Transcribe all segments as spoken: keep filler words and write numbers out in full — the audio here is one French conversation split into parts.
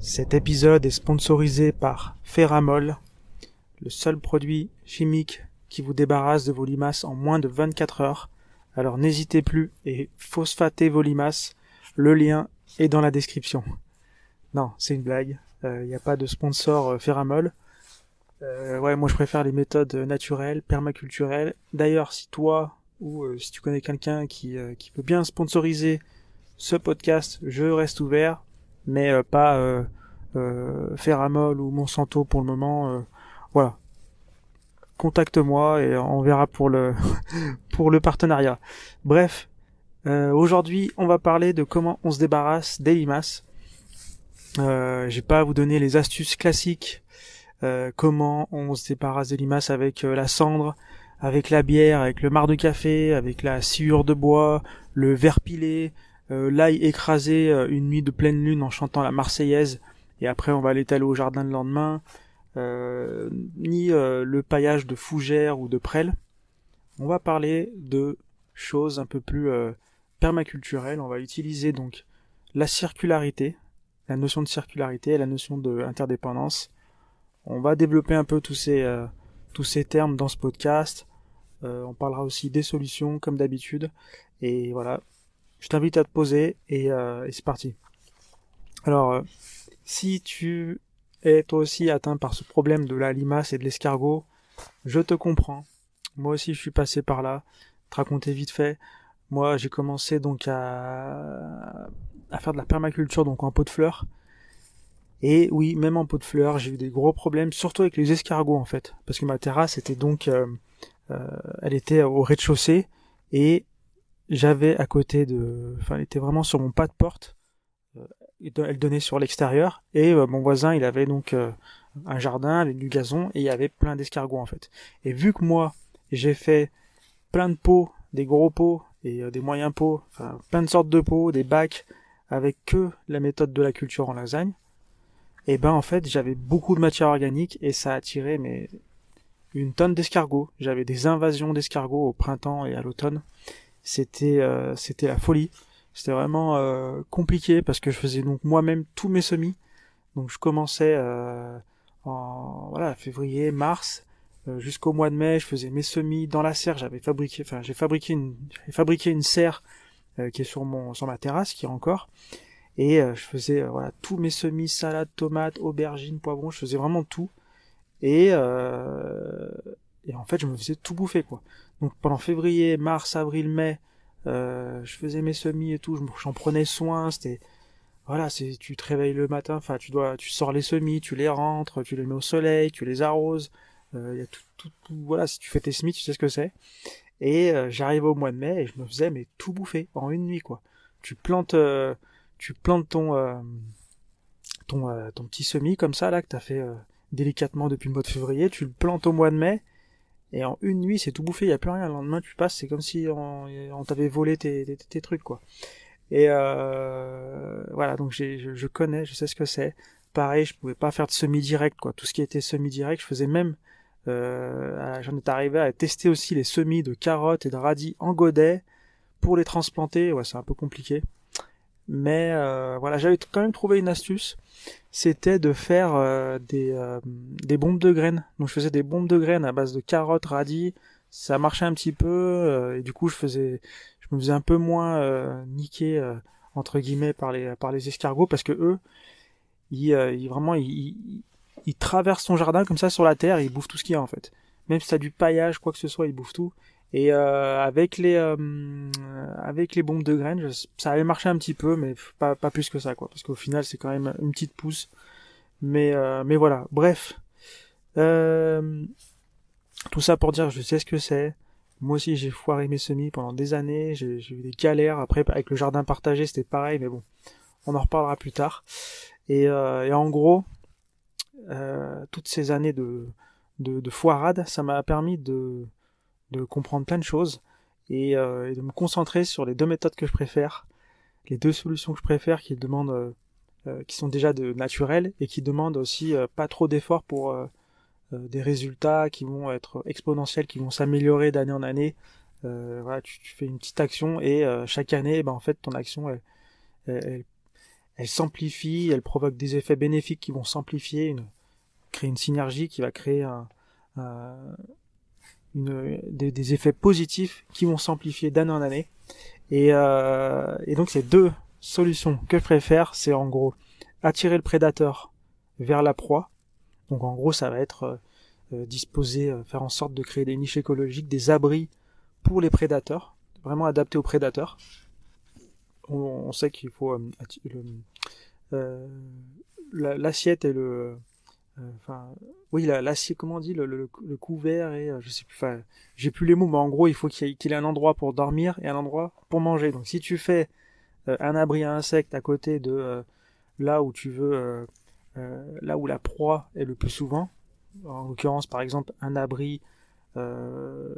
Cet épisode est sponsorisé par Ferramol, le seul produit chimique qui vous débarrasse de vos limaces en moins de vingt-quatre heures. Alors n'hésitez plus et phosphatez vos limaces. Le lien est dans la description. Non, c'est une blague. Il euh, n'y a pas de sponsor euh, Ferramol. Euh, ouais, moi je préfère les méthodes naturelles, permaculturelles. D'ailleurs, si toi ou euh, si tu connais quelqu'un qui, euh, qui veut bien sponsoriser ce podcast, je reste ouvert, mais euh, pas euh, euh, Ferramol ou Monsanto pour le moment. Euh, voilà, contacte-moi et on verra pour le pour le partenariat. Bref, euh, aujourd'hui on va parler de comment on se débarrasse des limaces. Euh, j'ai pas à vous donner les astuces classiques. Euh, comment on se débarrasse des limaces avec euh, la cendre, avec la bière, avec le marc de café, avec la sciure de bois, le verre pilé, euh, l'ail écrasé euh, une nuit de pleine lune en chantant la Marseillaise, et après on va l'étaler au jardin le lendemain, euh, ni euh, le paillage de fougères ou de prêles. On va parler de choses un peu plus euh, permaculturelles. On va utiliser donc la circularité, la notion de circularité, la notion d'interdépendance. On va développer un peu tous ces euh, tous ces termes dans ce podcast. Euh, on parlera aussi des solutions comme d'habitude. Et voilà, je t'invite à te poser et, euh, et c'est parti. Alors, euh, si tu es toi aussi atteint par ce problème de la limace et de l'escargot, je te comprends. Moi aussi, je suis passé par là. Te raconter vite fait. Moi, j'ai commencé donc à à faire de la permaculture donc en pot de fleurs. Et oui, même en pot de fleurs, j'ai eu des gros problèmes, surtout avec les escargots en fait, parce que ma terrasse était donc, euh, euh, elle était au rez-de-chaussée et j'avais à côté de, enfin, elle était vraiment sur mon pas de porte. Euh, elle donnait sur l'extérieur et euh, mon voisin, il avait donc euh, un jardin avec du gazon et il y avait plein d'escargots en fait. Et vu que moi, j'ai fait plein de pots, des gros pots et euh, des moyens pots, enfin plein de sortes de pots, des bacs avec que la méthode de la culture en lasagne. Et ben en fait j'avais beaucoup de matière organique et ça attirait mais une tonne d'escargots. J'avais des invasions d'escargots au printemps et à l'automne. C'était euh, c'était la folie. C'était vraiment euh, compliqué parce que je faisais donc moi-même tous mes semis. Donc je commençais euh, en voilà février, mars euh, jusqu'au mois de mai. Je faisais mes semis dans la serre. J'avais fabriqué, enfin j'ai fabriqué une j'ai fabriqué une serre euh, qui est sur mon sur ma terrasse qui est encore. Et euh, je faisais euh, voilà tous mes semis, salades, tomates, aubergines, poivrons, je faisais vraiment tout. Et, euh, et en fait, je me faisais tout bouffer, quoi. Donc pendant février, mars, avril, mai, euh, je faisais mes semis et tout, j'en prenais soin. C'était voilà, c'est tu te réveilles le matin, enfin tu dois, tu sors les semis, tu les rentres, tu les mets au soleil, tu les arroses. Euh, y a tout, tout, tout, voilà, si tu fais tes semis, tu sais ce que c'est. Et euh, j'arrivais au mois de mai et je me faisais mais tout bouffer en une nuit, quoi. Tu plantes, euh, tu plantes ton euh, ton, euh, ton petit semis comme ça là que t'as fait euh, délicatement depuis le mois de février, tu le plantes au mois de mai et en une nuit c'est tout bouffé, il y a plus rien. Le lendemain tu passes, c'est comme si on, on t'avait volé tes, tes, tes trucs quoi. Et euh, voilà, donc j'ai, je, je connais, je sais ce que c'est. Pareil, je pouvais pas faire de semis direct quoi. Tout ce qui était semis direct, je faisais même euh, j'en étais arrivé à tester aussi les semis de carottes et de radis en godet pour les transplanter. Ouais, c'est un peu compliqué. Mais euh, voilà, j'avais quand même trouvé une astuce, c'était de faire euh, des, euh, des bombes de graines. Donc je faisais des bombes de graines à base de carottes, radis, ça marchait un petit peu, euh, et du coup je faisais, je me faisais un peu moins euh, niquer euh, entre guillemets par les par les escargots parce que eux, ils, euh, ils vraiment ils, ils, ils traversent ton jardin comme ça sur la terre, et ils bouffent tout ce qu'il y a en fait. Même si t'as du paillage, quoi que ce soit, ils bouffent tout. Et euh, avec les euh, avec les bombes de graines, je- ça avait marché un petit peu, mais pas pas plus que ça quoi, parce qu'au final c'est quand même une petite pousse. Mais euh, mais voilà. Bref, euh, tout ça pour dire, je sais ce que c'est. Moi aussi j'ai foiré mes semis pendant des années, j'ai j'ai eu des galères. Après avec le jardin partagé c'était pareil, mais bon, on en reparlera plus tard. Et, euh, et en gros, euh, toutes ces années de de, de foirade, ça m'a permis de de comprendre plein de choses et, euh, et de me concentrer sur les deux méthodes que je préfère, les deux solutions que je préfère qui demandent, euh, euh, qui sont déjà de naturelles et qui demandent aussi euh, pas trop d'efforts pour euh, euh, des résultats qui vont être exponentiels, qui vont s'améliorer d'année en année. Euh, voilà, tu, tu fais une petite action et euh, chaque année, ben, en fait, ton action, elle, elle, elle s'amplifie, elle provoque des effets bénéfiques qui vont s'amplifier, une, créer une synergie qui va créer un, un, une, des, des effets positifs qui vont s'amplifier d'année en année. Et, euh, et donc ces deux solutions que je préfère, c'est en gros attirer le prédateur vers la proie. Donc en gros, ça va être euh, disposer, euh, faire en sorte de créer des niches écologiques, des abris pour les prédateurs, vraiment adaptés aux prédateurs. On, on sait qu'il faut euh, le, euh, la, l'assiette et le, enfin, euh, oui, la, l'assiette, comment on dit, le, le, le couvert et euh, je sais plus, enfin, j'ai plus les mots, mais en gros, il faut qu'il y ait, qu'il ait un endroit pour dormir et un endroit pour manger. Donc si tu fais euh, un abri à insectes à côté de euh, là où tu veux, euh, euh, là où la proie est le plus souvent, en l'occurrence par exemple un abri euh,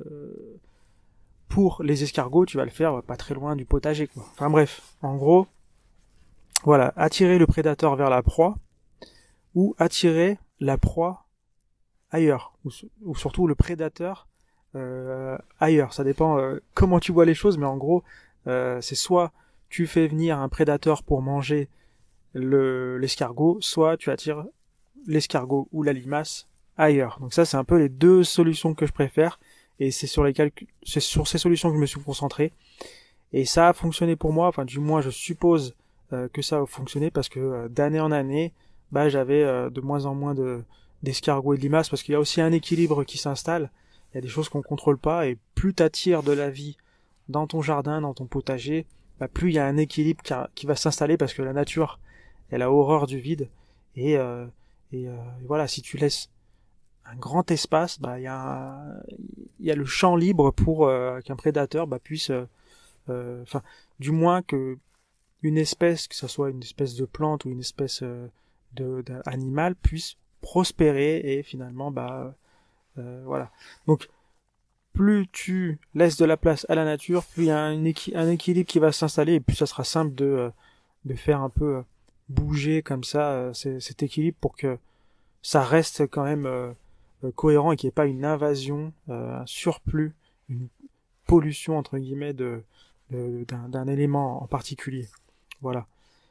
pour les escargots, tu vas le faire pas très loin du potager, quoi. Enfin bref, en gros, voilà, attirer le prédateur vers la proie ou attirer la proie ailleurs, ou, ou surtout le prédateur euh, ailleurs. Ça dépend euh, comment tu vois les choses, mais en gros, euh, c'est soit tu fais venir un prédateur pour manger le, l'escargot, soit tu attires l'escargot ou la limace ailleurs. Donc ça, c'est un peu les deux solutions que je préfère, et c'est sur lesquelles, c'est sur ces solutions que je me suis concentré. Et ça a fonctionné pour moi, enfin du moins je suppose euh, que ça a fonctionné parce que euh, d'année en année, bah j'avais euh, de moins en moins de d'escargots et de limaces parce qu'il y a aussi un équilibre qui s'installe. Il y a des choses qu'on contrôle pas et plus t'attires de la vie dans ton jardin, dans ton potager, bah plus il y a un équilibre qui, a, qui va s'installer parce que la nature, elle a horreur du vide et euh, et, euh, et voilà, si tu laisses un grand espace, bah il y a il y a le champ libre pour euh, qu'un prédateur bah puisse euh, enfin, euh, du moins que une espèce, que ce soit une espèce de plante ou une espèce euh, de, d'animal, puisse prospérer et finalement, bah, euh, voilà. Donc, plus tu laisses de la place à la nature, plus il y a un, équi- un équilibre qui va s'installer et plus ça sera simple de, euh, de faire un peu euh, bouger comme ça euh, cet équilibre pour que ça reste quand même euh, euh, cohérent et qu'il n'y ait pas une invasion, euh, un surplus, une pollution entre guillemets de d'un, d'un élément en particulier. Voilà.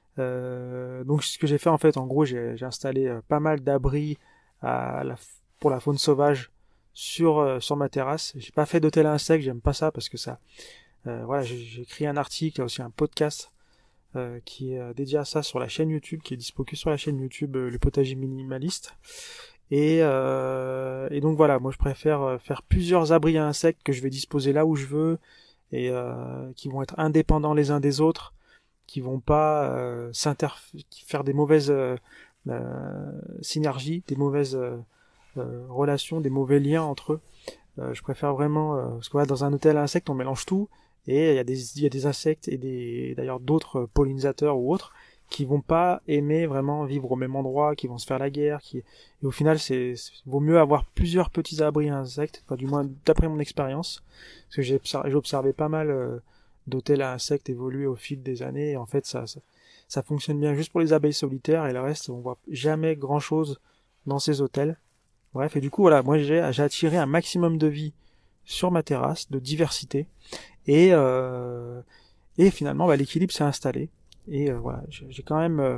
Euh, donc ce que j'ai fait en fait, en gros, j'ai, j'ai installé euh, pas mal d'abris à la, pour la faune sauvage sur euh, sur ma terrasse. J'ai pas fait d'hôtel à insectes, j'aime pas ça parce que ça. Euh, voilà, j'ai, j'ai écrit un article, il y a aussi un podcast euh, qui est euh, dédié à ça sur la chaîne YouTube, qui est dispo que sur la chaîne YouTube euh, Le Potager Minimaliste. Et, euh, et donc voilà, moi je préfère faire plusieurs abris à insectes que je vais disposer là où je veux et euh, qui vont être indépendants les uns des autres, qui vont pas euh, faire des mauvaises euh, euh, synergies, des mauvaises euh, euh, relations, des mauvais liens entre eux. Euh, je préfère vraiment euh, parce que voilà, dans un hôtel à insectes, on mélange tout et il y a des il y a des insectes et des d'ailleurs d'autres pollinisateurs ou autres qui vont pas aimer vraiment vivre au même endroit, qui vont se faire la guerre, qui et au final c'est, c'est vaut mieux avoir plusieurs petits abris à insectes, enfin, du moins d'après mon expérience, parce que j'ai observé, j'ai observé pas mal euh, d'hôtels à insectes évoluer au fil des années et en fait ça, ça ça fonctionne bien juste pour les abeilles solitaires et le reste on voit jamais grand chose dans ces hôtels. Bref, et du coup voilà, moi j'ai j'ai attiré un maximum de vie sur ma terrasse, de diversité et euh, et finalement bah, l'équilibre s'est installé. Et euh, voilà, j'ai quand même euh,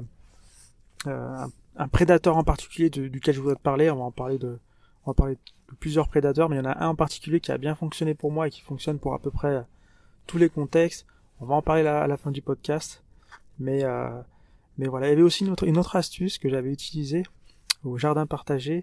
euh, un, un prédateur en particulier de, duquel je voudrais te parler. On va en parler de, on va parler de plusieurs prédateurs, mais il y en a un en particulier qui a bien fonctionné pour moi et qui fonctionne pour à peu près tous les contextes. On va en parler là, à la fin du podcast. Mais euh, mais voilà, il y avait aussi une autre, une autre astuce que j'avais utilisée au jardin partagé.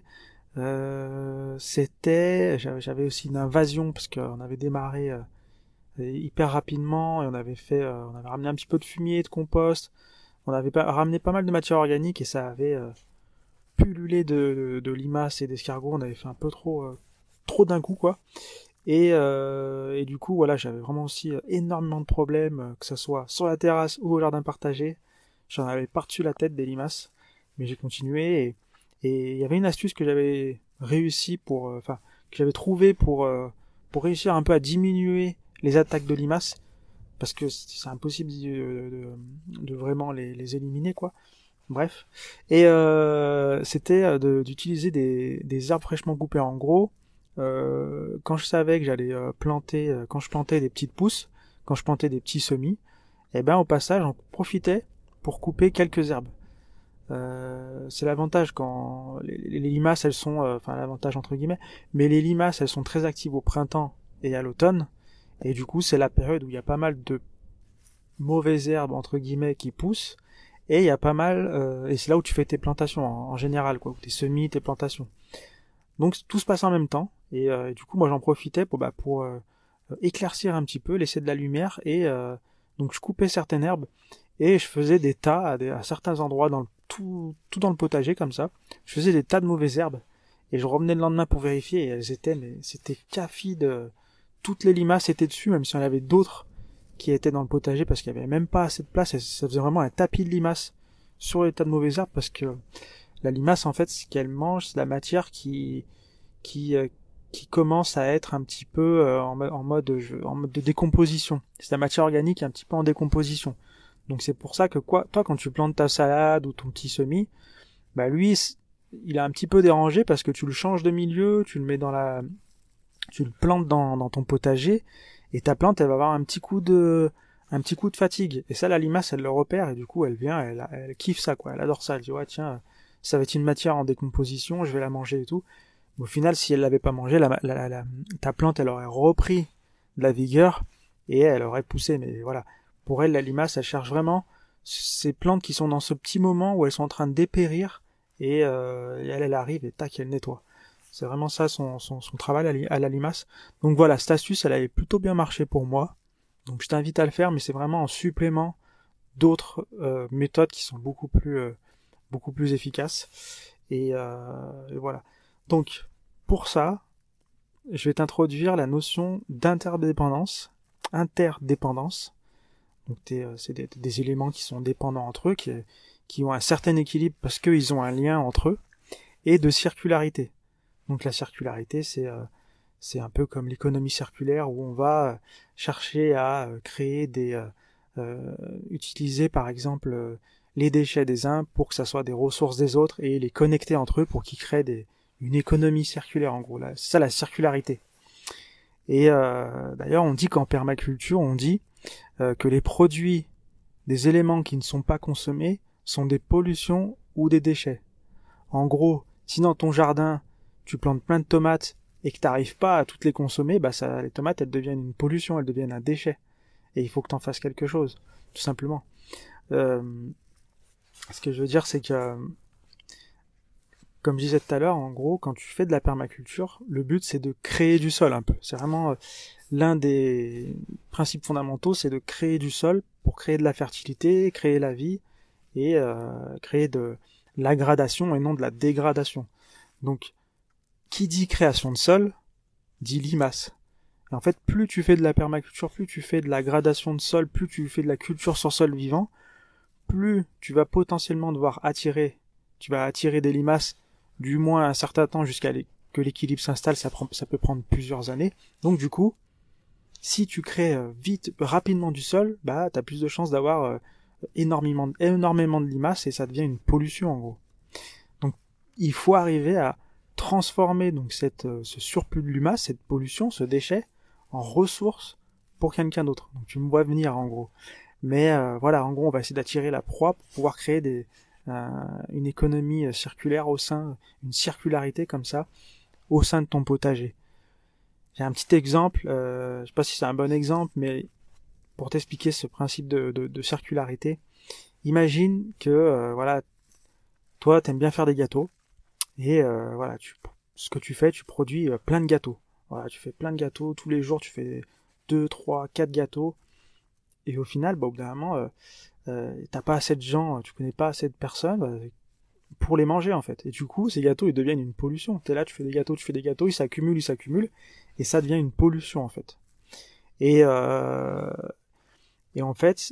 Euh, c'était, j'avais aussi une invasion parce qu'on avait démarré euh, hyper rapidement et on avait fait, euh, on avait ramené un petit peu de fumier, de compost. On avait pas, ramené pas mal de matière organique et ça avait euh, pullulé de, de, de limaces et d'escargots. On avait fait un peu trop, euh, trop d'un coup quoi. Et, euh, et du coup voilà, j'avais vraiment aussi euh, énormément de problèmes, euh, que ce soit sur la terrasse ou au jardin partagé. J'en avais par-dessus la tête des limaces, mais j'ai continué et et il y avait une astuce que j'avais réussi pour, enfin euh, que j'avais trouvé pour euh, pour réussir un peu à diminuer les attaques de limaces parce que c'est impossible de, de, de vraiment les, les éliminer quoi. Bref, et euh, c'était de, d'utiliser des, des herbes fraîchement coupées. En gros, euh, quand je savais que j'allais euh, planter, quand je plantais des petites pousses, quand je plantais des petits semis, et ben au passage, j'en profitais pour couper quelques herbes. Euh, c'est l'avantage quand les, les, les limaces elles sont, euh, enfin l'avantage entre guillemets, mais les limaces elles sont très actives au printemps et à l'automne, et du coup c'est la période où il y a pas mal de mauvaises herbes entre guillemets qui poussent, et il y a pas mal, euh, et c'est là où tu fais tes plantations en, en général, quoi, tes semis, tes plantations. Donc tout se passe en même temps, et, euh, et du coup moi j'en profitais pour, bah, pour euh, éclaircir un petit peu, laisser de la lumière, et euh, donc je coupais certaines herbes, et je faisais des tas à, des, à certains endroits dans le, tout, tout dans le potager comme ça. Je faisais des tas de mauvaises herbes, et je revenais le lendemain pour vérifier, et elles étaient, mais c'était cafide, toutes les limaces étaient dessus, même si on avait d'autres qui étaient dans le potager, parce qu'il y avait même pas assez de place, et ça faisait vraiment un tapis de limaces sur les tas de mauvaises herbes, parce que la limace, en fait, ce qu'elle mange, c'est la matière qui, qui, euh, qui commence à être un petit peu euh, en, en, mode, en mode de décomposition. C'est la matière organique un petit peu en décomposition. Donc c'est pour ça que quoi, toi, quand tu plantes ta salade ou ton petit semis, bah lui, il est un petit peu dérangé parce que tu le changes de milieu, tu le mets dans la, tu le plantes dans, dans ton potager, et ta plante, elle va avoir un petit coup de, un petit coup de fatigue. Et ça, la limace, elle le repère, et du coup, elle vient, elle, elle kiffe ça, quoi. Elle adore ça. Elle dit, ouais, tiens, ça va être une matière en décomposition, je vais la manger et tout. Au final, si elle l'avait pas mangé, la, la, la, la, ta plante, elle aurait repris de la vigueur et elle aurait poussé. Mais voilà, pour elle, la limace, elle cherche vraiment ces plantes qui sont dans ce petit moment où elles sont en train de dépérir, et, euh, et elle, elle arrive et tac, elle nettoie. C'est vraiment ça son, son, son travail à la limace. Donc voilà, cette astuce, elle avait plutôt bien marché pour moi. Donc je t'invite à le faire, mais c'est vraiment en supplément d'autres euh, méthodes qui sont beaucoup plus, euh, beaucoup plus efficaces. Et, euh, et voilà. Donc, pour ça, je vais t'introduire la notion d'interdépendance. Interdépendance. Donc, c'est des, des éléments qui sont dépendants entre eux, qui, qui ont un certain équilibre parce qu'ils ont un lien entre eux, et de circularité. Donc, la circularité, c'est euh, c'est un peu comme l'économie circulaire où on va chercher à créer des... Euh, euh, utiliser, par exemple, euh, les déchets des uns pour que ça soit des ressources des autres et les connecter entre eux pour qu'ils créent des, une économie circulaire, en gros. C'est ça la circularité. Et euh, d'ailleurs, on dit qu'en permaculture, on dit euh, que les produits des éléments qui ne sont pas consommés sont des pollutions ou des déchets. En gros, si dans ton jardin, tu plantes plein de tomates et que tu n'arrives pas à toutes les consommer, bah ça, les tomates, elles deviennent une pollution, elles deviennent un déchet. Et il faut que tu en fasses quelque chose, tout simplement. Euh, ce que je veux dire, c'est que, comme je disais tout à l'heure, en gros, quand tu fais de la permaculture, le but, c'est de créer du sol un peu. C'est vraiment euh, l'un des principes fondamentaux, c'est de créer du sol pour créer de la fertilité, créer la vie et euh, créer de l'aggradation et non de la dégradation. Donc, qui dit création de sol, dit limace. Et en fait, plus tu fais de la permaculture, plus tu fais de la gradation de sol, plus tu fais de la culture sur sol vivant, plus tu vas potentiellement devoir attirer, tu vas attirer des limaces, du moins un certain temps jusqu'à que l'équilibre s'installe, ça, prend, ça peut prendre plusieurs années. Donc du coup, si tu crées vite, rapidement du sol, bah t'as plus de chances d'avoir euh, énormément, énormément de limaces et ça devient une pollution en gros. Donc il faut arriver à transformer donc cette, euh, ce surplus de limaces, cette pollution, ce déchet, en ressources pour quelqu'un d'autre. Donc tu me vois venir en gros. Mais euh, voilà, en gros, on va essayer d'attirer la proie pour pouvoir créer des, euh, une économie circulaire au sein, une circularité comme ça, au sein de ton potager. J'ai un petit exemple, euh, je sais pas si c'est un bon exemple, mais pour t'expliquer ce principe de, de, de circularité, imagine que euh, voilà, toi, t'aimes bien faire des gâteaux, et euh, voilà, tu, ce que tu fais, tu produis euh, plein de gâteaux. Voilà, tu fais plein de gâteaux tous les jours, tu fais deux, trois, quatre gâteaux. Et au final, bah, au bout d'un moment, euh, euh, t'as pas assez de gens, tu connais pas assez de personnes euh, pour les manger en fait. Et du coup, ces gâteaux, ils deviennent une pollution. T'es là, tu fais des gâteaux, tu fais des gâteaux, ils s'accumulent, ils s'accumulent, et ça devient une pollution en fait. Et, euh, et en fait,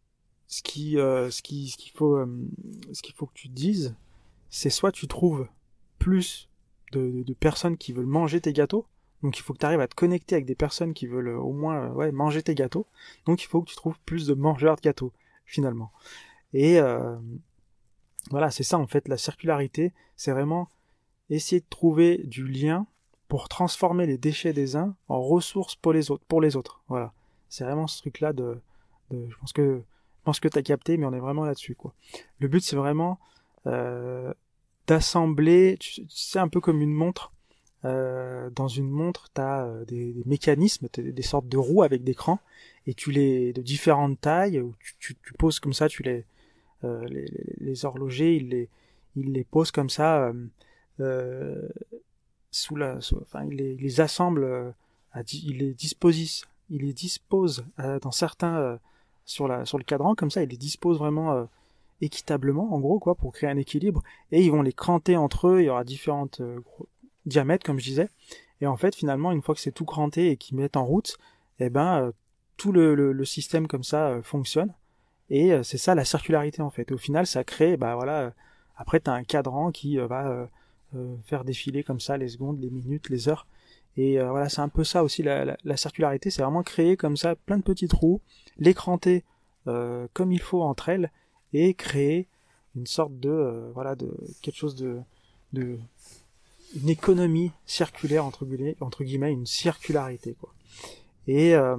ce qui, euh, ce qui, ce qu'il faut, euh, ce qu'il faut que tu te dises, c'est soit tu trouves plus de, de, de personnes qui veulent manger tes gâteaux, donc il faut que tu arrives à te connecter avec des personnes qui veulent au moins ouais, manger tes gâteaux. Donc il faut que tu trouves plus de mangeurs de gâteaux, finalement. Et euh, voilà, c'est ça en fait, la circularité, c'est vraiment essayer de trouver du lien pour transformer les déchets des uns en ressources pour les autres. Pour les autres. Voilà. C'est vraiment ce truc-là de, de... Je pense que pense que t'as capté, mais on est vraiment là-dessus, quoi. Le but, c'est vraiment euh, d'assembler, tu, tu sais, un peu comme une montre. Euh, dans une montre, t'as euh, des, des mécanismes, t'as des, des sortes de roues avec des crans, et tu les de différentes tailles, où tu, tu, tu poses comme ça, tu les, euh, les, les, les horlogers, ils les, ils les posent comme ça, euh, euh, sous la, sous, enfin, ils les, ils les assemblent, euh, à, ils les disposent, ils les disposent euh, dans certains, euh, sur la, sur le cadran, comme ça, ils les disposent vraiment euh, équitablement, en gros, quoi, pour créer un équilibre, et ils vont les cranter entre eux, il y aura différentes euh, gros diamètres, comme je disais, et en fait, finalement, une fois que c'est tout cranté et qu'ils mettent en route, eh ben, euh, tout le, le, le système comme ça euh, fonctionne, et euh, c'est ça la circularité, en fait. Au final, ça crée, bah voilà, euh, après, t'as un cadran qui euh, va euh, euh, faire défiler comme ça les secondes, les minutes, les heures, et euh, voilà, c'est un peu ça aussi, la, la, la circularité, c'est vraiment créer comme ça plein de petits trous, les cranter euh, comme il faut entre elles, et créer une sorte de euh, voilà de quelque chose de, de une économie circulaire entre guillemets, entre guillemets une circularité quoi. Et euh,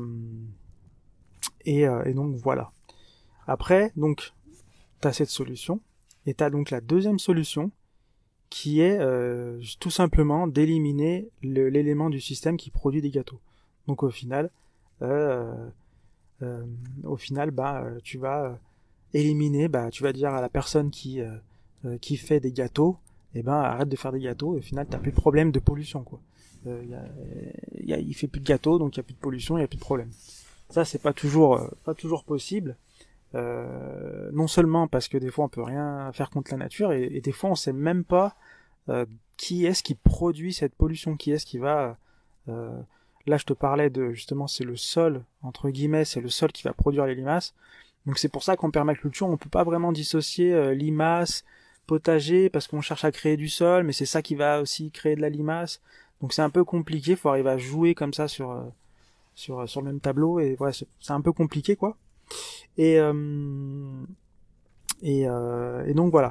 et, euh, et donc voilà. Après donc t'as cette solution et t'as donc la deuxième solution qui est euh, tout simplement d'éliminer le, l'élément du système qui produit des gâteaux. Donc au final euh, euh, au final bah tu vas éliminer, bah tu vas dire à la personne qui euh, euh, qui fait des gâteaux, eh ben arrête de faire des gâteaux et au final t'as plus de problème de pollution quoi. Euh, y a, y a, il fait plus de gâteaux donc il y a plus de pollution, il y a plus de problème. Ça c'est pas toujours euh, pas toujours possible. Euh, non seulement parce que des fois on peut rien faire contre la nature et, et des fois on sait même pas euh, qui est-ce qui produit cette pollution, qui est-ce qui va euh, là je te parlais de justement c'est le sol entre guillemets, c'est le sol qui va produire les limaces. Donc c'est pour ça qu'en permaculture, on peut pas vraiment dissocier euh, limaces, potager, parce qu'on cherche à créer du sol, mais c'est ça qui va aussi créer de la limace. Donc c'est un peu compliqué, faut arriver à jouer comme ça sur euh, sur sur le même tableau et voilà, c'est, c'est un peu compliqué quoi. Et euh, et, euh, et donc voilà.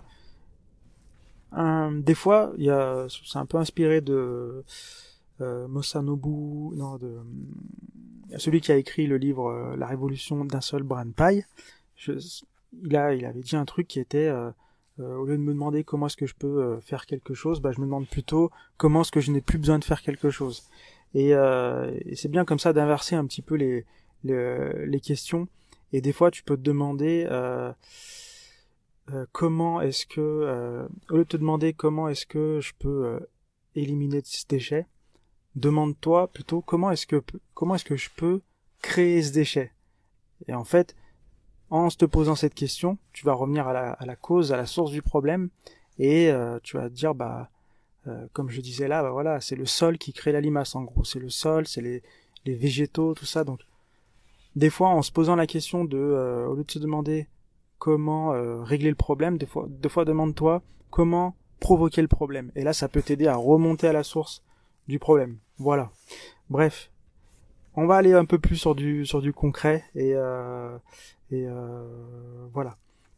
Un, des fois, il y a, c'est un peu inspiré de euh, Mosanobu, non de celui qui a écrit le livre euh, La Révolution d'un seul brin de paille. Je, il a, il avait dit un truc qui était euh, euh, au lieu de me demander comment est-ce que je peux euh, faire quelque chose, bah je me demande plutôt comment est-ce que je n'ai plus besoin de faire quelque chose. Et, euh, et c'est bien comme ça d'inverser un petit peu les les, les questions. Et des fois, tu peux te demander euh, euh, comment est-ce que, euh, au lieu de te demander comment est-ce que je peux euh, éliminer ce déchet, demande-toi plutôt comment est-ce que comment est-ce que je peux créer ce déchet. Et en fait, en te posant cette question, tu vas revenir à la, à la cause, à la source du problème, et euh, tu vas te dire, bah, euh, comme je disais là, bah voilà, c'est le sol qui crée la limace, en gros, c'est le sol, c'est les, les végétaux, tout ça. Donc, des fois, en se posant la question de, euh, au lieu de se demander comment euh, régler le problème, des fois, des fois, demande-toi comment provoquer le problème. Et là, ça peut t'aider à remonter à la source du problème. Voilà. Bref, on va aller un peu plus sur du sur du concret et euh, et euh, voilà.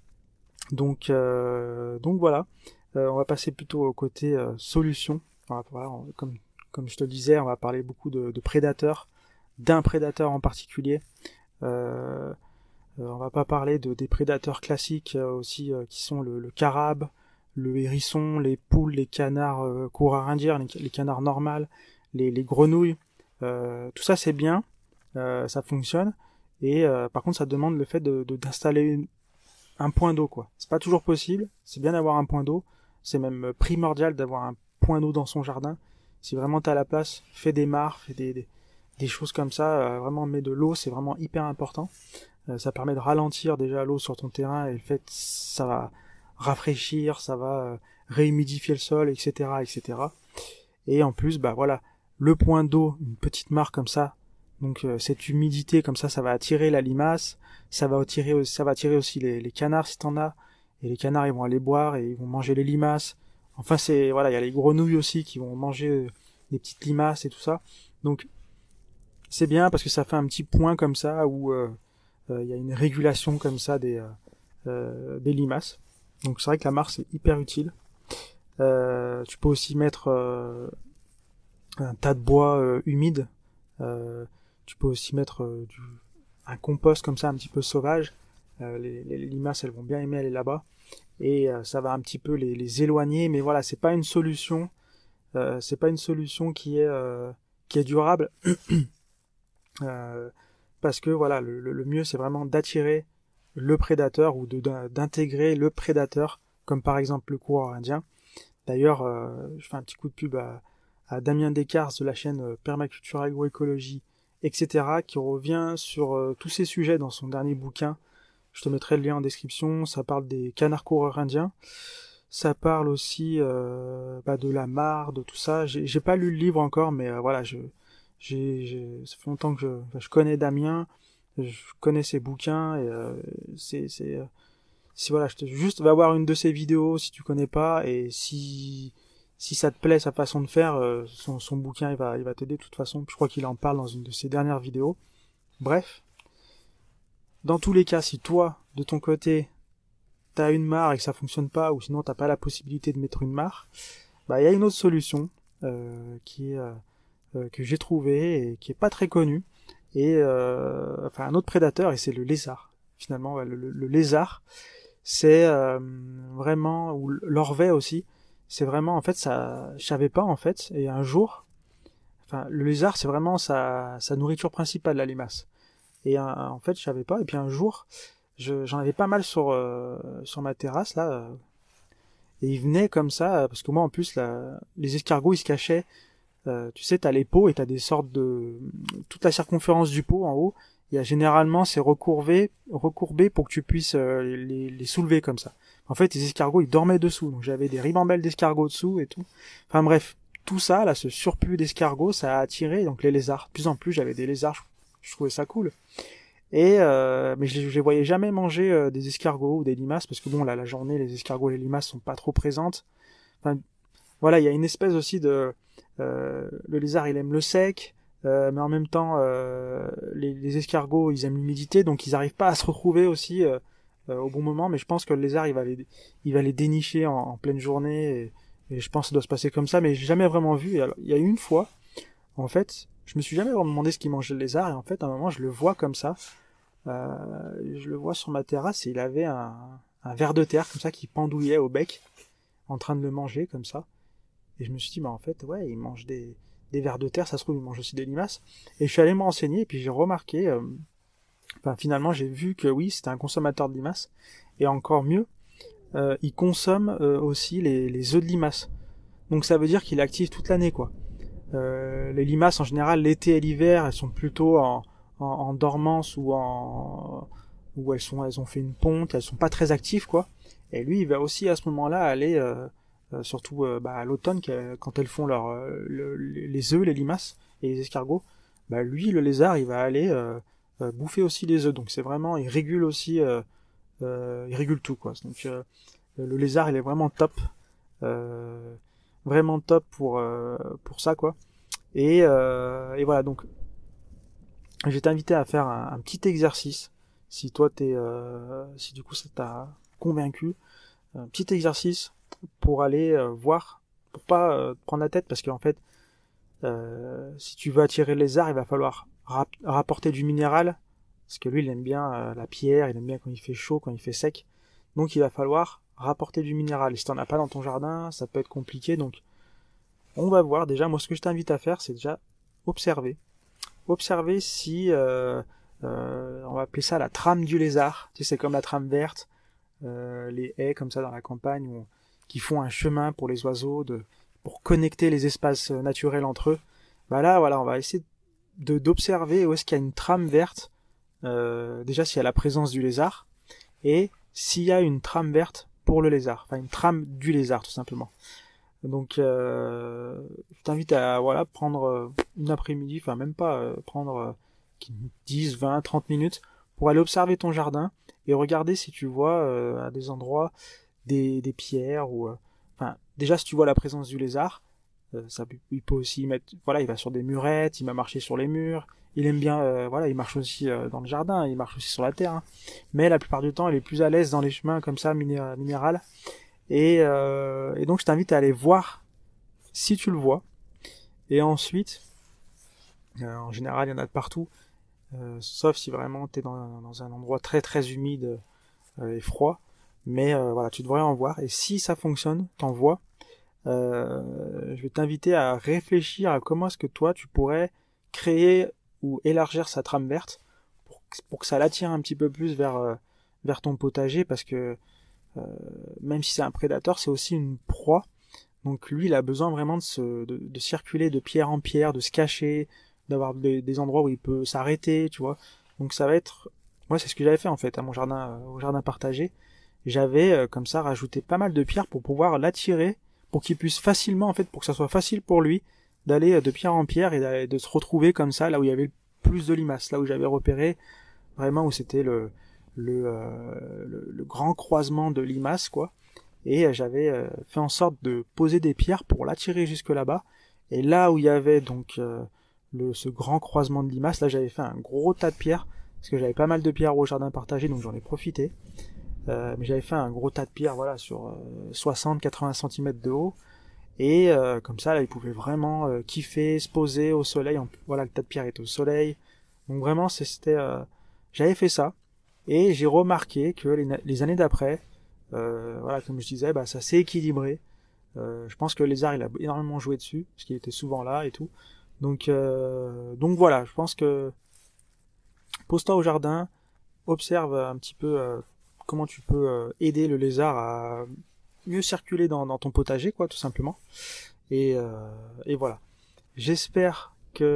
Donc euh, donc voilà. Euh, on va passer plutôt au côté euh, solution. Voilà, voilà, on- comme comme je te le disais, on va parler beaucoup de, de prédateurs, d'un prédateur en particulier. Euh, euh, on va pas parler de des prédateurs classiques euh, aussi euh, qui sont le, le carabe, le hérisson, les poules, les canards euh, courarindiens, les, les canards normales, les, les grenouilles. Euh, tout ça c'est bien, euh, ça fonctionne. Et euh, par contre ça demande le fait de, de- d'installer une- un point d'eau quoi. C'est pas toujours possible. C'est bien d'avoir un point d'eau. C'est même primordial d'avoir un point d'eau dans son jardin. Si vraiment t'as la place, fais des mares, fais des, des, des choses comme ça. Euh, vraiment mets de l'eau, c'est vraiment hyper important. Euh, ça permet de ralentir déjà l'eau sur ton terrain et le fait ça va rafraîchir, ça va euh, réhumidifier le sol, et cetera, et cetera. Et en plus, bah voilà, le point d'eau, une petite mare comme ça, donc euh, cette humidité comme ça, ça va attirer la limace, ça va attirer, ça va attirer aussi les, les canards si t'en as, et les canards ils vont aller boire et ils vont manger les limaces. Enfin c'est voilà, il y a les grenouilles aussi qui vont manger euh, les petites limaces et tout ça. Donc c'est bien parce que ça fait un petit point comme ça où euh, euh, il y a une régulation comme ça des, euh, euh, des limaces. Donc c'est vrai que la mare c'est hyper utile. Euh, tu peux aussi mettre euh, un tas de bois euh, humide. Euh, tu peux aussi mettre euh, du, un compost comme ça un petit peu sauvage. Euh, les, les limaces, elles vont bien aimer aller là-bas. Et euh, ça va un petit peu les, les éloigner, mais voilà, c'est pas une solution. Euh, c'est pas une solution qui est euh, qui est durable. euh, Parce que voilà, le, le, le mieux c'est vraiment d'attirer le prédateur ou de d'intégrer le prédateur, comme par exemple le coureur indien. D'ailleurs, euh, je fais un petit coup de pub à, à Damien Descartes de la chaîne euh, Permaculture Agroécologie, et cetera, qui revient sur euh, tous ces sujets dans son dernier bouquin. Je te mettrai le lien en description. Ça parle des canards coureurs indiens. Ça parle aussi euh, bah, de la mare, de tout ça. J'ai, j'ai pas lu le livre encore, mais euh, voilà, je, j'ai, j'ai, ça fait longtemps que je, enfin, je connais Damien, je connais ses bouquins et euh, c'est, c'est, euh, si voilà, je te, juste va voir une de ses vidéos si tu connais pas et si si ça te plaît sa façon de faire, euh, son, son bouquin il va il va t'aider de toute façon. Je crois qu'il en parle dans une de ses dernières vidéos. Bref, dans tous les cas, si toi de ton côté t'as une mare et que ça fonctionne pas, ou sinon t'as pas la possibilité de mettre une mare, bah il y a une autre solution euh, qui est euh, euh, que j'ai trouvée et qui est pas très connue et euh, enfin un autre prédateur et c'est le lézard. Finalement, ouais, le, le, le lézard, c'est euh, vraiment ou l'orvet aussi. C'est vraiment en fait ça, je savais pas en fait. Et un jour, enfin le lézard c'est vraiment sa, sa nourriture principale la limace. Et un, en fait je savais pas. Et puis un jour, je, j'en avais pas mal sur euh, sur ma terrasse là. euh, Et il venait comme ça, euh, parce que moi en plus, là, les escargots ils se cachaient. Euh, tu sais, t'as les pots et t'as des sortes de... Toute la circonférence du pot en haut, il y a généralement c'est recourbé, recourbé pour que tu puisses euh, les, les soulever comme ça. En fait, les escargots ils dormaient dessous, donc j'avais des ribambelles d'escargots dessous et tout. Enfin bref, tout ça, là, ce surplus d'escargots, ça a attiré donc les lézards. De plus en plus, j'avais des lézards, je, je trouvais ça cool. Et euh, mais je, je les voyais jamais manger euh, des escargots ou des limaces parce que bon là la journée les escargots et les limaces sont pas trop présentes. Enfin voilà, il y a une espèce aussi de euh, le lézard il aime le sec, euh, mais en même temps euh, les, les escargots ils aiment l'humidité donc ils arrivent pas à se retrouver aussi euh, euh, au bon moment. Mais je pense que le lézard il va les il va les dénicher en, en pleine journée et, et je pense que ça doit se passer comme ça. Mais j'ai jamais vraiment vu. Et alors, il y a eu une fois en fait je me suis jamais vraiment demandé ce qu'il mangeait le lézard et en fait à un moment je le vois comme ça. Euh, je le vois sur ma terrasse et il avait un, un ver de terre comme ça qui pendouillait au bec en train de le manger comme ça. Et je me suis dit, bah en fait, ouais, il mange des, des vers de terre, ça se trouve, il mange aussi des limaces. Et je suis allé me renseigner, et puis j'ai remarqué, euh, enfin, finalement, j'ai vu que oui, c'était un consommateur de limaces. Et encore mieux, euh, il consomme euh, aussi les, les œufs de limaces. Donc ça veut dire qu'il est actif toute l'année, quoi. Euh, les limaces, en général, l'été et l'hiver, elles sont plutôt en, en, en dormance ou en où elles sont, elles ont fait une ponte, elles sont pas très actives, quoi. Et lui, il va aussi à ce moment-là aller euh, euh, surtout euh, bah, à l'automne quand elles font leur, euh, le, les œufs, les limaces et les escargots, bah, lui le lézard il va aller euh, euh, bouffer aussi les œufs, donc c'est vraiment il régule aussi euh, euh, il régule tout quoi. Donc euh, le lézard il est vraiment top, euh, vraiment top pour euh, pour ça quoi. Et, euh, et voilà donc je vais t'inviter à faire un, un petit exercice si toi t'es euh, si du coup ça t'a convaincu, un petit exercice pour aller euh, voir, pour pas euh, prendre la tête, parce qu'en fait, euh, si tu veux attirer le lézard, il va falloir rap rapporter du minéral, parce que lui, il aime bien euh, la pierre, il aime bien quand il fait chaud, quand il fait sec. Donc il va falloir rapporter du minéral. Et si t'en as pas dans ton jardin, ça peut être compliqué. Donc on va voir. Déjà, moi, ce que je t'invite à faire, c'est déjà observer. Observer si, euh, euh, on va appeler ça la trame du lézard. Tu sais, c'est comme la trame verte. Euh, les haies comme ça dans la campagne où, qui font un chemin pour les oiseaux, de, pour connecter les espaces naturels entre eux. Bah là, voilà, on va essayer de d'observer où est-ce qu'il y a une trame verte. Euh, déjà s'il y a la présence du lézard et s'il y a une trame verte pour le lézard, enfin une trame du lézard tout simplement. Donc euh, je t'invite à voilà prendre une après-midi, enfin même pas euh, prendre dix, vingt, trente minutes pour aller observer ton jardin et regarder si tu vois euh, à des endroits des, des pierres ou euh, enfin déjà si tu vois la présence du lézard, euh, ça il peut aussi mettre voilà il va sur des murettes, il va marcher sur les murs, il aime bien euh, voilà il marche aussi euh, dans le jardin, il marche aussi sur la terre, hein. Mais la plupart du temps il est plus à l'aise dans les chemins comme ça miné- minéral et, euh, et donc je t'invite à aller voir si tu le vois et ensuite euh, en général il y en a de partout. euh, sauf si vraiment t'es dans, dans un endroit très très humide euh, et froid. Mais euh, voilà, tu devrais en voir. Et si ça fonctionne, t'en vois. Euh, je vais t'inviter à réfléchir à comment est-ce que toi tu pourrais créer ou élargir sa trame verte pour, pour que ça l'attire un petit peu plus vers euh, vers ton potager, parce que euh, même si c'est un prédateur, c'est aussi une proie. Donc lui, il a besoin vraiment de, se, de, de circuler de pierre en pierre, de se cacher, d'avoir des, des endroits où il peut s'arrêter, tu vois. Donc ça va être... Moi, c'est ce que j'avais fait en fait à mon jardin, euh, au jardin partagé. J'avais euh, comme ça rajouté pas mal de pierres pour pouvoir l'attirer, pour qu'il puisse facilement, en fait, pour que ça soit facile pour lui d'aller euh, de pierre en pierre et de se retrouver comme ça, là où il y avait le plus de limaces, là où j'avais repéré vraiment où c'était le, le, euh, le, le grand croisement de limaces, quoi. Et j'avais euh, fait en sorte de poser des pierres pour l'attirer jusque là-bas. Et là où il y avait donc euh, le, ce grand croisement de limaces, là j'avais fait un gros tas de pierres, parce que j'avais pas mal de pierres au jardin partagé, donc j'en ai profité. Euh, mais j'avais fait un gros tas de pierres, voilà, sur euh, soixante à quatre-vingts centimètres de haut. Et euh, comme ça, là, il pouvait vraiment euh, kiffer, se poser au soleil. En, voilà, le tas de pierres est au soleil. Donc vraiment, c'était... Euh, j'avais fait ça. Et j'ai remarqué que les, les années d'après, euh, voilà, comme je disais, bah, ça s'est équilibré. Euh, je pense que Lézard, il a énormément joué dessus, parce qu'il était souvent là et tout. Donc, euh, donc voilà, je pense que pose-toi au jardin, observe un petit peu euh, comment tu peux euh, aider le lézard à mieux circuler dans, dans ton potager, quoi, tout simplement. Et, euh, et voilà. J'espère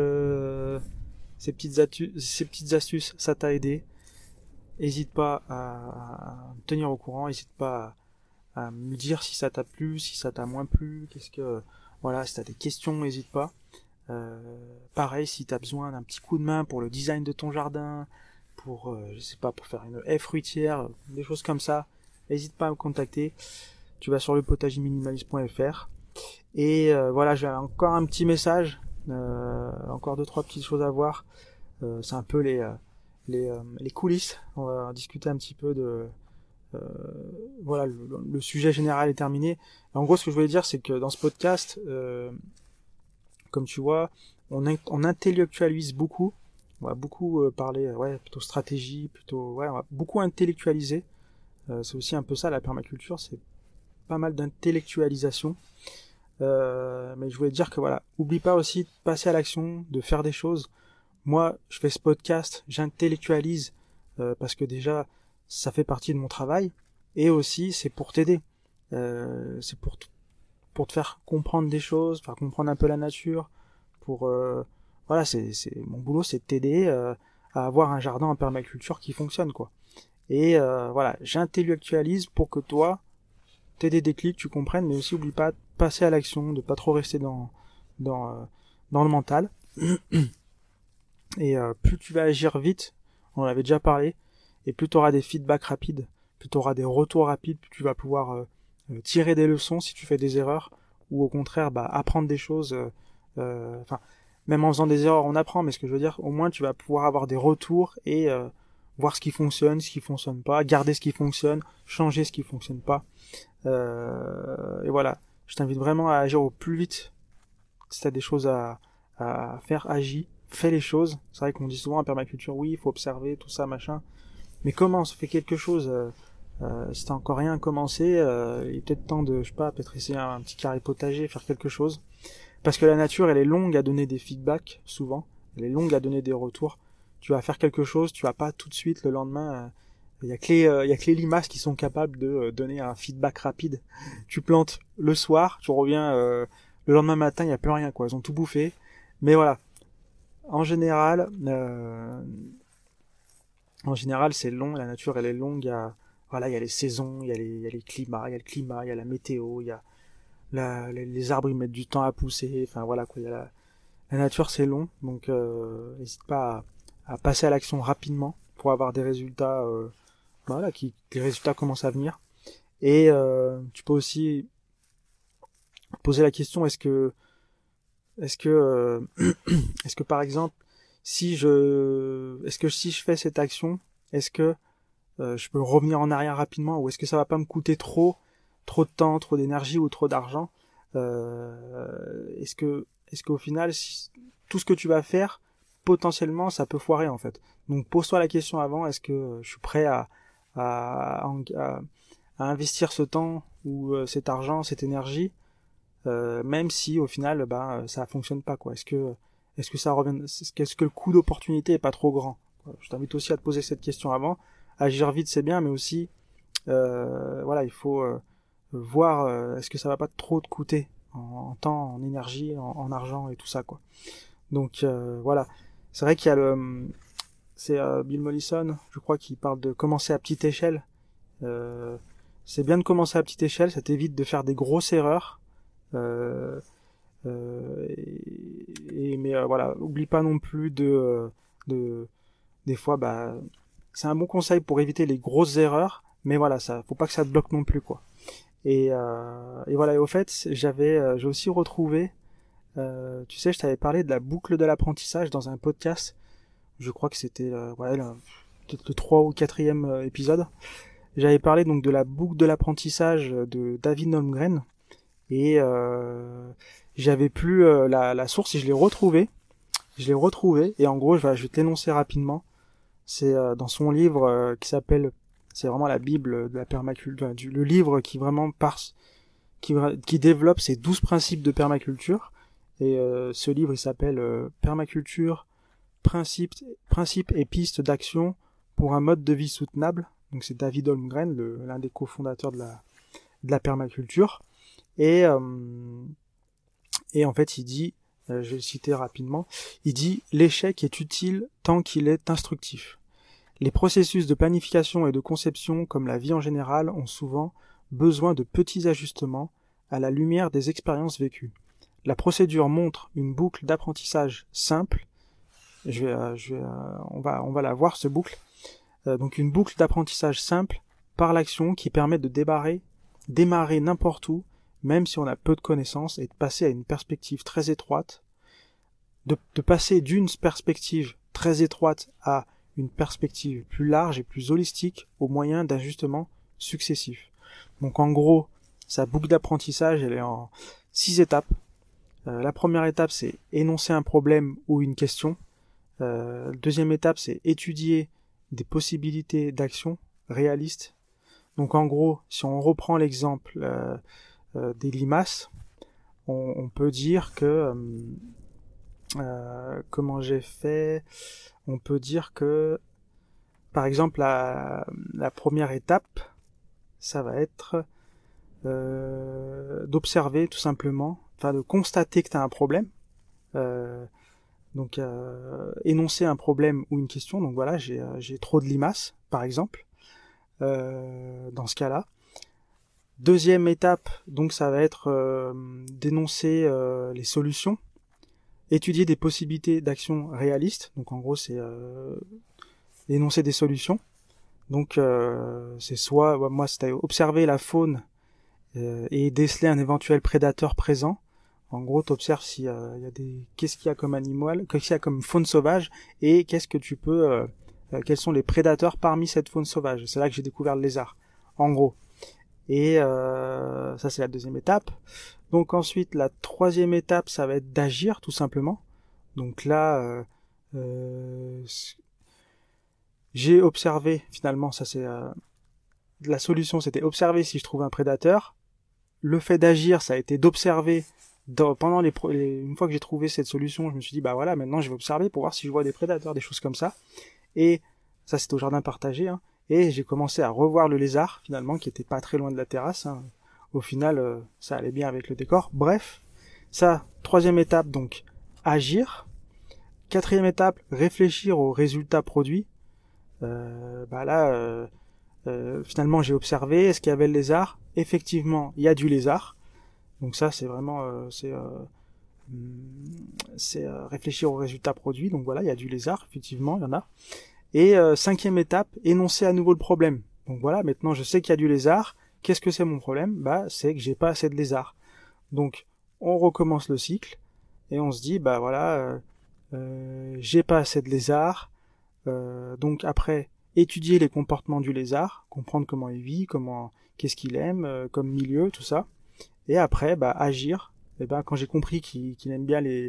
que ces petites, atu- ces petites astuces, ça t'a aidé. N'hésite pas à, à me tenir au courant, n'hésite pas à, à me dire si ça t'a plu, si ça t'a moins plu, qu'est-ce que... Voilà, si t'as des questions, n'hésite pas. Euh, pareil, si t'as besoin d'un petit coup de main pour le design de ton jardin, pour, euh, je sais pas, pour faire une haie fruitière, des choses comme ça, n'hésite pas à me contacter. Tu vas sur le potager minimaliste point f r. Et euh, voilà, j'ai encore un petit message, euh, encore deux trois petites choses à voir. Euh, c'est un peu les euh, les, euh, les coulisses. On va discuter un petit peu de euh, voilà, le, le sujet général est terminé. En gros, ce que je voulais dire, c'est que dans ce podcast, euh, comme tu vois, on, on intellectualise beaucoup. On va beaucoup euh, parler, euh, ouais, plutôt stratégie, plutôt, ouais, on va beaucoup intellectualiser. Euh, c'est aussi un peu ça la permaculture, c'est pas mal d'intellectualisation. Euh, mais je voulais te dire que voilà, oublie pas aussi de passer à l'action, de faire des choses. Moi, je fais ce podcast, j'intellectualise euh, parce que déjà, ça fait partie de mon travail, et aussi c'est pour t'aider. Euh, c'est pour, t- pour te faire comprendre des choses, faire comprendre un peu la nature. Pour euh, voilà, c'est, c'est mon boulot, c'est de t'aider euh, à avoir un jardin en permaculture qui fonctionne, quoi. Et euh, voilà, j'intellectualise pour que toi, t'aies des déclics, tu comprennes, mais aussi oublie pas de passer à l'action, de pas trop rester dans dans euh, dans le mental. Et euh, plus tu vas agir vite, on en avait déjà parlé, et plus tu auras des feedbacks rapides, plus tu auras des retours rapides, plus tu vas pouvoir euh, euh, tirer des leçons si tu fais des erreurs, ou au contraire bah, apprendre des choses. euh, euh, Enfin, même en faisant des erreurs, on apprend, mais ce que je veux dire, au moins tu vas pouvoir avoir des retours et euh, voir ce qui fonctionne, ce qui fonctionne pas, garder ce qui fonctionne, changer ce qui fonctionne pas. Euh, et voilà, je t'invite vraiment à agir au plus vite. Si tu as des choses à, à faire, agis, fais les choses. C'est vrai qu'on dit souvent en permaculture, oui, il faut observer, tout ça, machin. Mais commence, fais quelque chose. Euh, euh, si t'as encore rien commencé, euh, il est peut-être temps de, je sais pas, peut-être essayer un, un petit carré potager, faire quelque chose. Parce que la nature, elle est longue à donner des feedbacks, souvent. Elle est longue à donner des retours. Tu vas faire quelque chose, tu vas pas tout de suite, le lendemain... il euh, y a que les, euh, y a que les limaces qui sont capables de euh, donner un feedback rapide. Tu plantes le soir, tu reviens euh, le lendemain matin, il y a plus rien, quoi. Ils ont tout bouffé. Mais voilà, en général, euh, en général, c'est long. La nature, elle est longue. Il y a, voilà, il y a les saisons, il y a les, il y a les climats, il y a le climat, il y a la météo, il y a la, les, les arbres, ils mettent du temps à pousser. Enfin voilà, quoi. Il y a la, la nature, c'est long, donc euh, n'hésite pas à, à passer à l'action rapidement pour avoir des résultats. Euh, voilà, qui, les résultats commencent à venir. Et euh, tu peux aussi poser la question, est-ce que, est-ce que, euh, est-ce que par exemple, si je, est-ce que si je fais cette action, est-ce que euh, je peux revenir en arrière rapidement, ou est-ce que ça va pas me coûter trop, trop de temps, trop d'énergie ou trop d'argent. euh, Est-ce que, est-ce qu'au final, si, tout ce que tu vas faire, potentiellement ça peut foirer en fait. Donc pose-toi la question avant, est-ce que je suis prêt à, à, à, à investir ce temps ou euh, cet argent, cette énergie, euh, même si au final bah ça fonctionne pas quoi. Est-ce que est-ce que ça revient, est-ce que le coût d'opportunité est pas trop grand? Je t'invite aussi à te poser cette question avant. Agir vite c'est bien, mais aussi euh, voilà, il faut euh, voir euh, est-ce que ça va pas trop te coûter en, en temps, en énergie, en, en argent et tout ça quoi. Donc euh, voilà, c'est vrai qu'il y a le, c'est euh, Bill Mollison, je crois, qui parle de commencer à petite échelle. Euh, c'est bien de commencer à petite échelle, ça t'évite de faire des grosses erreurs. Euh, euh, et, et, mais euh, voilà, oublie pas non plus de, de des fois, bah, c'est un bon conseil pour éviter les grosses erreurs, mais voilà, ça, faut pas que ça te bloque non plus quoi. Et, euh, et voilà, et au fait, j'avais, euh, j'ai aussi retrouvé, euh, tu sais, je t'avais parlé de la boucle de l'apprentissage dans un podcast. Je crois que c'était euh, ouais, le, peut-être le trois ou quatrième euh, épisode. J'avais parlé donc de la boucle de l'apprentissage de David Holmgren et euh, j'avais plus euh, la, la source et je l'ai retrouvé. Je l'ai retrouvé et en gros, je vais, je vais t'énoncer rapidement. C'est euh, dans son livre euh, qui s'appelle, c'est vraiment la Bible de la permaculture, du, le livre qui vraiment part, qui, qui développe ces douze principes de permaculture. Et euh, ce livre, il s'appelle euh, Permaculture, principes, principes et pistes d'action pour un mode de vie soutenable. Donc c'est David Holmgren, le, l'un des cofondateurs de la, de la permaculture. Et, euh, et en fait, il dit, euh, je vais le citer rapidement, il dit « L'échec est utile tant qu'il est instructif. Les processus de planification et de conception, comme la vie en général, ont souvent besoin de petits ajustements à la lumière des expériences vécues. La procédure montre une boucle d'apprentissage simple. Je vais, euh, je vais, euh, on va, on va la voir, ce boucle. Euh, donc une boucle d'apprentissage simple par l'action qui permet de débarrer, démarrer n'importe où, même si on a peu de connaissances, et de passer à une perspective très étroite, de, de passer d'une perspective très étroite à une perspective plus large et plus holistique au moyen d'ajustements successifs. Donc en gros, sa boucle d'apprentissage, elle est en six étapes. Euh, la première étape, c'est énoncer un problème ou une question. Euh, deuxième étape, c'est étudier des possibilités d'action réalistes. Donc en gros, si on reprend l'exemple euh, euh, des limaces, on, on peut dire que euh, euh, comment j'ai fait, on peut dire que par exemple la, la première étape, ça va être euh, d'observer tout simplement, enfin de constater que tu as un problème. Euh, donc euh, énoncer un problème ou une question. Donc voilà, j'ai, euh, j'ai trop de limaces, par exemple, euh, dans ce cas-là. Deuxième étape, donc ça va être euh, d'énoncer euh, les solutions, étudier des possibilités d'action réalistes. Donc en gros, c'est euh, énoncer des solutions. Donc euh, c'est soit, ouais, moi c'était observer la faune euh, et déceler un éventuel prédateur présent. En gros, t'observes s'il y a, il y a des, qu'est-ce qu'il y a comme animal, qu'est-ce qu'il y a comme faune sauvage, et qu'est-ce que tu peux, euh, euh, quels sont les prédateurs parmi cette faune sauvage. C'est là que j'ai découvert le lézard, en gros. Et euh, ça, c'est la deuxième étape. Donc ensuite, la troisième étape, ça va être d'agir, tout simplement. Donc là, euh, euh, j'ai observé, finalement, ça c'est euh, la solution, c'était observer si je trouve un prédateur. Le fait d'agir, ça a été d'observer. Dans, pendant les, les une fois que j'ai trouvé cette solution, je me suis dit bah voilà, maintenant je vais observer pour voir si je vois des prédateurs, des choses comme ça. Et ça c'était au jardin partagé, hein. Et j'ai commencé à revoir le lézard finalement qui était pas très loin de la terrasse, hein. Au final, euh, ça allait bien avec le décor. Bref, ça, troisième étape donc agir. Quatrième étape, réfléchir aux résultats produits. Euh, bah là, euh, euh, finalement j'ai observé, est-ce qu'il y avait le lézard? Effectivement, il y a du lézard. Donc ça, c'est vraiment, euh, c'est, euh, c'est euh, réfléchir aux résultats produits. Donc voilà, il y a du lézard, effectivement, il y en a. Et euh, cinquième étape, énoncer à nouveau le problème. Donc voilà, maintenant je sais qu'il y a du lézard. Qu'est-ce que c'est mon problème? Bah, c'est que j'ai pas assez de lézard. Donc on recommence le cycle et on se dit, bah voilà, euh, euh, j'ai pas assez de lézard. Euh, donc après, étudier les comportements du lézard, comprendre comment il vit, comment, qu'est-ce qu'il aime, euh, comme milieu, tout ça. Et après, bah, agir. Et ben, quand j'ai compris qu'il, qu'il aime bien les,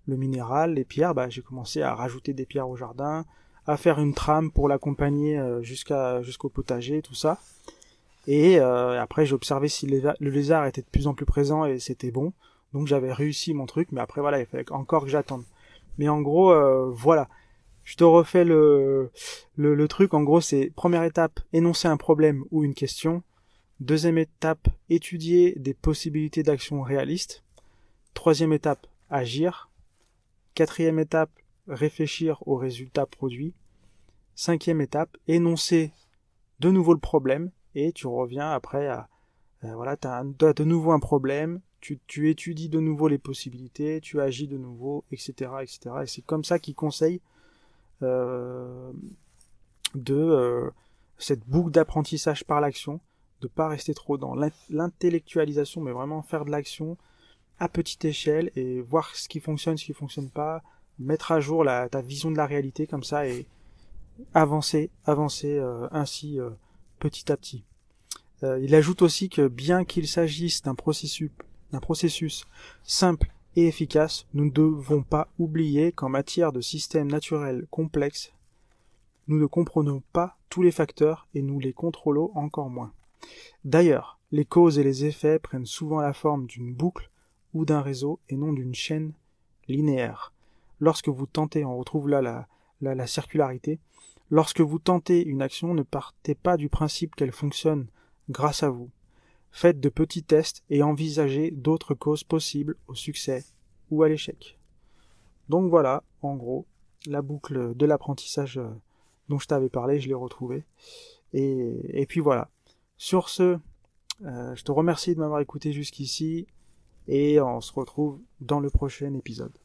le minéral, les pierres, bah, j'ai commencé à rajouter des pierres au jardin, à faire une trame pour l'accompagner euh, jusqu'à jusqu'au potager, tout ça. Et euh, après, j'ai observé si le lézard, le lézard était de plus en plus présent et c'était bon. Donc j'avais réussi mon truc, mais après voilà, il fallait encore que j'attende. Mais en gros, euh, voilà. Je te refais le, le, le truc. En gros, c'est première étape, énoncer un problème ou une question. Deuxième étape, étudier des possibilités d'action réalistes. Troisième étape, agir. Quatrième étape, réfléchir aux résultats produits. Cinquième étape, énoncer de nouveau le problème. Et tu reviens après à, euh, voilà, tu as de nouveau un problème, tu, tu étudies de nouveau les possibilités, tu agis de nouveau, et cetera, et cetera. Et c'est comme ça qu'il conseille euh, de euh, cette boucle d'apprentissage par l'action, de pas rester trop dans l'intellectualisation, mais vraiment faire de l'action à petite échelle et voir ce qui fonctionne, ce qui fonctionne pas, mettre à jour la, ta vision de la réalité comme ça et avancer, avancer euh, ainsi euh, petit à petit. Euh, il ajoute aussi que bien qu'il s'agisse d'un processus, d'un processus simple et efficace, nous ne devons pas oublier qu'en matière de systèmes naturels complexes, nous ne comprenons pas tous les facteurs et nous les contrôlons encore moins. D'ailleurs, les causes et les effets prennent souvent la forme d'une boucle ou d'un réseau et non d'une chaîne linéaire. Lorsque vous tentez, on retrouve là la, la, la circularité, lorsque vous tentez une action, ne partez pas du principe qu'elle fonctionne grâce à vous. Faites de petits tests et envisagez d'autres causes possibles au succès ou à l'échec. Donc voilà, en gros, la boucle de l'apprentissage dont je t'avais parlé, je l'ai retrouvée. Et, et puis voilà. Sur ce, euh, je te remercie de m'avoir écouté jusqu'ici et on se retrouve dans le prochain épisode.